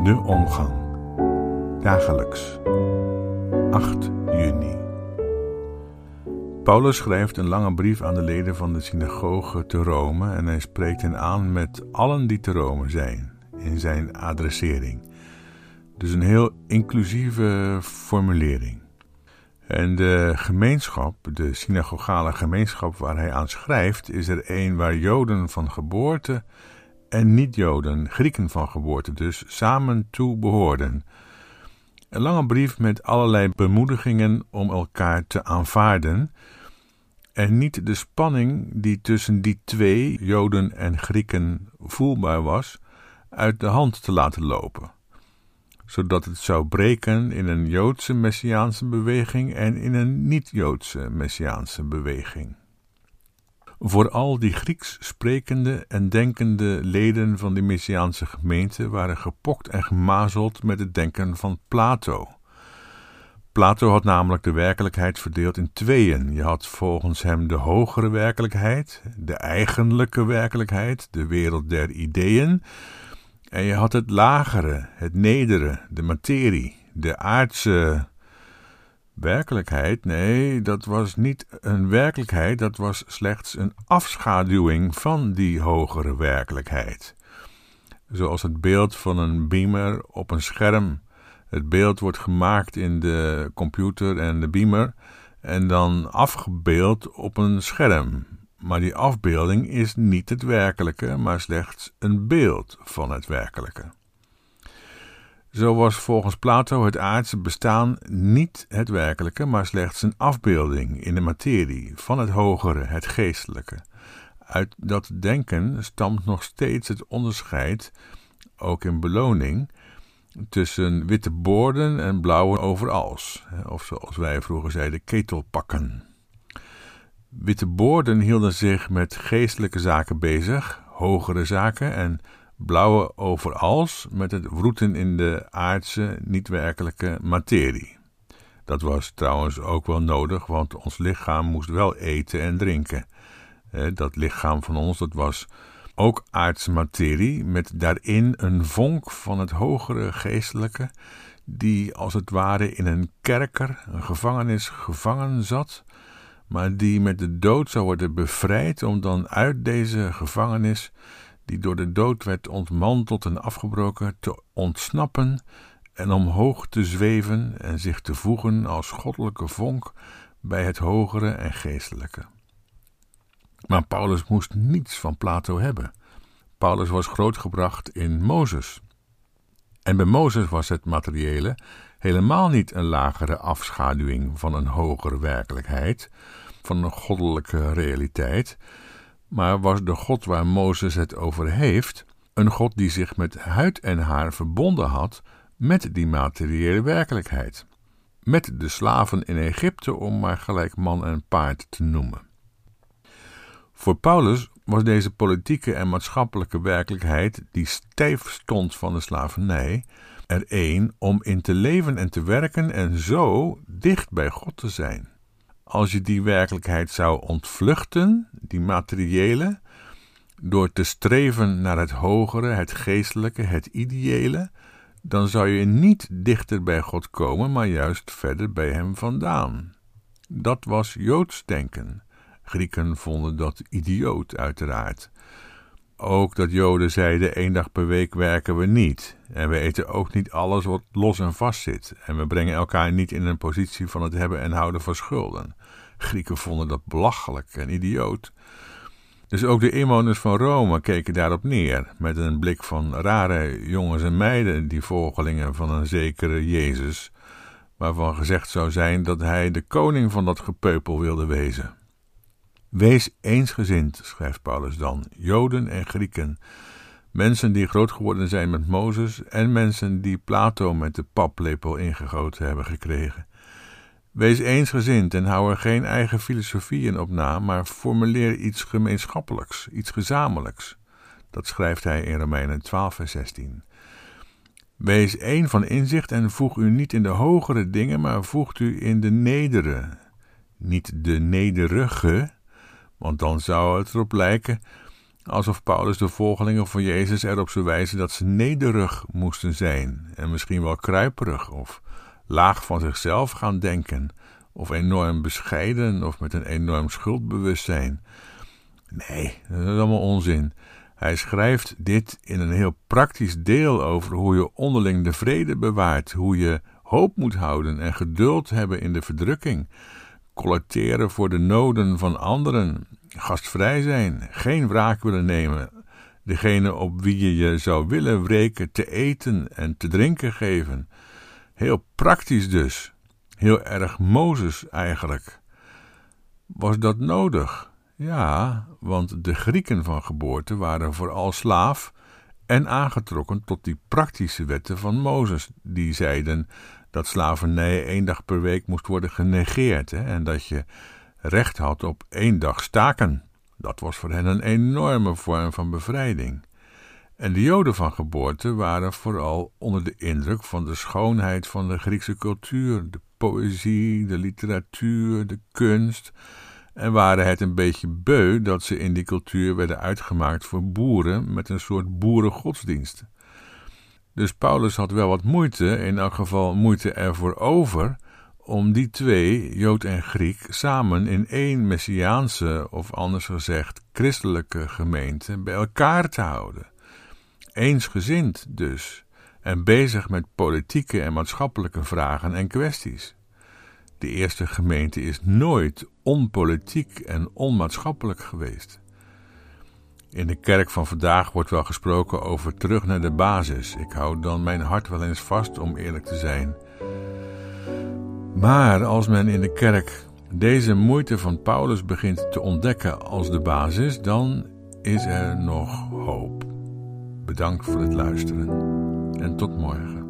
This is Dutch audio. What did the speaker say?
De omgang. Dagelijks. 8 juni. Paulus schrijft een lange brief aan de leden van de synagoge te Rome en hij spreekt hen aan met allen die te Rome zijn in zijn adressering. Dus een heel inclusieve formulering. En de gemeenschap, de synagogale gemeenschap waar hij aan schrijft, is er een waar Joden van geboorte en niet-Joden, Grieken van geboorte dus, samen toe behoorden. Een lange brief met allerlei bemoedigingen om elkaar te aanvaarden en niet de spanning die tussen die twee, Joden en Grieken, voelbaar was, uit de hand te laten lopen, zodat het zou breken in een Joodse messiaanse beweging en in een niet-Joodse messiaanse beweging. Vooral die Grieks sprekende en denkende leden van die messiaanse gemeente waren gepokt en gemazeld met het denken van Plato. Plato had namelijk de werkelijkheid verdeeld in tweeën. Je had volgens hem de hogere werkelijkheid, de eigenlijke werkelijkheid, de wereld der ideeën. En je had het lagere, het nedere, de materie, de aardse werkelijkheid. Nee, dat was niet een werkelijkheid, dat was slechts een afschaduwing van die hogere werkelijkheid. Zoals het beeld van een beamer op een scherm. Het beeld wordt gemaakt in de computer en de beamer en dan afgebeeld op een scherm. Maar die afbeelding is niet het werkelijke, maar slechts een beeld van het werkelijke. Zo was volgens Plato het aardse bestaan niet het werkelijke, maar slechts een afbeelding in de materie van het hogere, het geestelijke. Uit dat denken stamt nog steeds het onderscheid, ook in beloning, tussen witte boorden en blauwe overals, of zoals wij vroeger zeiden, ketelpakken. Witte boorden hielden zich met geestelijke zaken bezig, hogere zaken, en blauwe overals met het wroeten in de aardse, niet-werkelijke materie. Dat was trouwens ook wel nodig, want ons lichaam moest wel eten en drinken. Dat lichaam van ons, dat was ook aardse materie, met daarin een vonk van het hogere geestelijke, die als het ware in een kerker, een gevangenis, gevangen zat, maar die met de dood zou worden bevrijd om dan uit deze gevangenis, die door de dood werd ontmanteld en afgebroken, te ontsnappen en omhoog te zweven en zich te voegen als goddelijke vonk bij het hogere en geestelijke. Maar Paulus moest niets van Plato hebben. Paulus was grootgebracht in Mozes. En bij Mozes was het materiële helemaal niet een lagere afschaduwing van een hogere werkelijkheid, van een goddelijke realiteit, maar was de God waar Mozes het over heeft, een God die zich met huid en haar verbonden had met die materiële werkelijkheid. Met de slaven in Egypte, om maar gelijk man en paard te noemen. Voor Paulus was deze politieke en maatschappelijke werkelijkheid, die stijf stond van de slavernij, er één om in te leven en te werken en zo dicht bij God te zijn. Als je die werkelijkheid zou ontvluchten, die materiële, door te streven naar het hogere, het geestelijke, het ideële, dan zou je niet dichter bij God komen, maar juist verder bij hem vandaan. Dat was Joods denken. Grieken vonden dat idioot uiteraard. Ook dat Joden zeiden 1 dag per week werken we niet. En we eten ook niet alles wat los en vast zit. En we brengen elkaar niet in een positie van het hebben en houden van schulden. Grieken vonden dat belachelijk en idioot. Dus ook de inwoners van Rome keken daarop neer, met een blik van rare jongens en meiden, die volgelingen van een zekere Jezus, waarvan gezegd zou zijn dat hij de koning van dat gepeupel wilde wezen. Wees eensgezind, schrijft Paulus dan, Joden en Grieken, mensen die groot geworden zijn met Mozes en mensen die Plato met de paplepel ingegoten hebben gekregen. Wees eensgezind en hou er geen eigen filosofieën op na, maar formuleer iets gemeenschappelijks, iets gezamenlijks. Dat schrijft hij in Romeinen 12 vers 16. Wees één van inzicht en voeg u niet in de hogere dingen, maar voegt u in de nedere. Niet de nederige, want dan zou het erop lijken Alsof Paulus de volgelingen van Jezus erop zou wijzen dat ze nederig moesten zijn en misschien wel kruiperig of laag van zichzelf gaan denken of enorm bescheiden of met een enorm schuldbewustzijn. Nee, dat is allemaal onzin. Hij schrijft dit in een heel praktisch deel over hoe je onderling de vrede bewaart, hoe je hoop moet houden en geduld hebben in de verdrukking, collecteren voor de noden van anderen, gastvrij zijn, geen wraak willen nemen, degene op wie je je zou willen wreken te eten en te drinken geven. Heel praktisch dus, heel erg Mozes eigenlijk. Was dat nodig? Ja, want de Grieken van geboorte waren vooral slaaf en aangetrokken tot die praktische wetten van Mozes, die zeiden dat slavernij 1 dag per week moest worden genegeerd en dat je recht had op 1 dag staken. Dat was voor hen een enorme vorm van bevrijding. En de Joden van geboorte waren vooral onder de indruk van de schoonheid van de Griekse cultuur, de poëzie, de literatuur, de kunst, en waren het een beetje beu dat ze in die cultuur werden uitgemaakt voor boeren met een soort boerengodsdienst. Dus Paulus had wel wat moeite, in elk geval moeite ervoor over, om die twee, Jood en Griek, samen in 1 messiaanse, of anders gezegd christelijke gemeente bij elkaar te houden. Eensgezind dus, en bezig met politieke en maatschappelijke vragen en kwesties. De eerste gemeente is nooit onpolitiek en onmaatschappelijk geweest. In de kerk van vandaag wordt wel gesproken over terug naar de basis. Ik hou dan mijn hart wel eens vast, om eerlijk te zijn. Maar als men in de kerk deze moeite van Paulus begint te ontdekken als de basis, dan is er nog hoop. Bedankt voor het luisteren en tot morgen.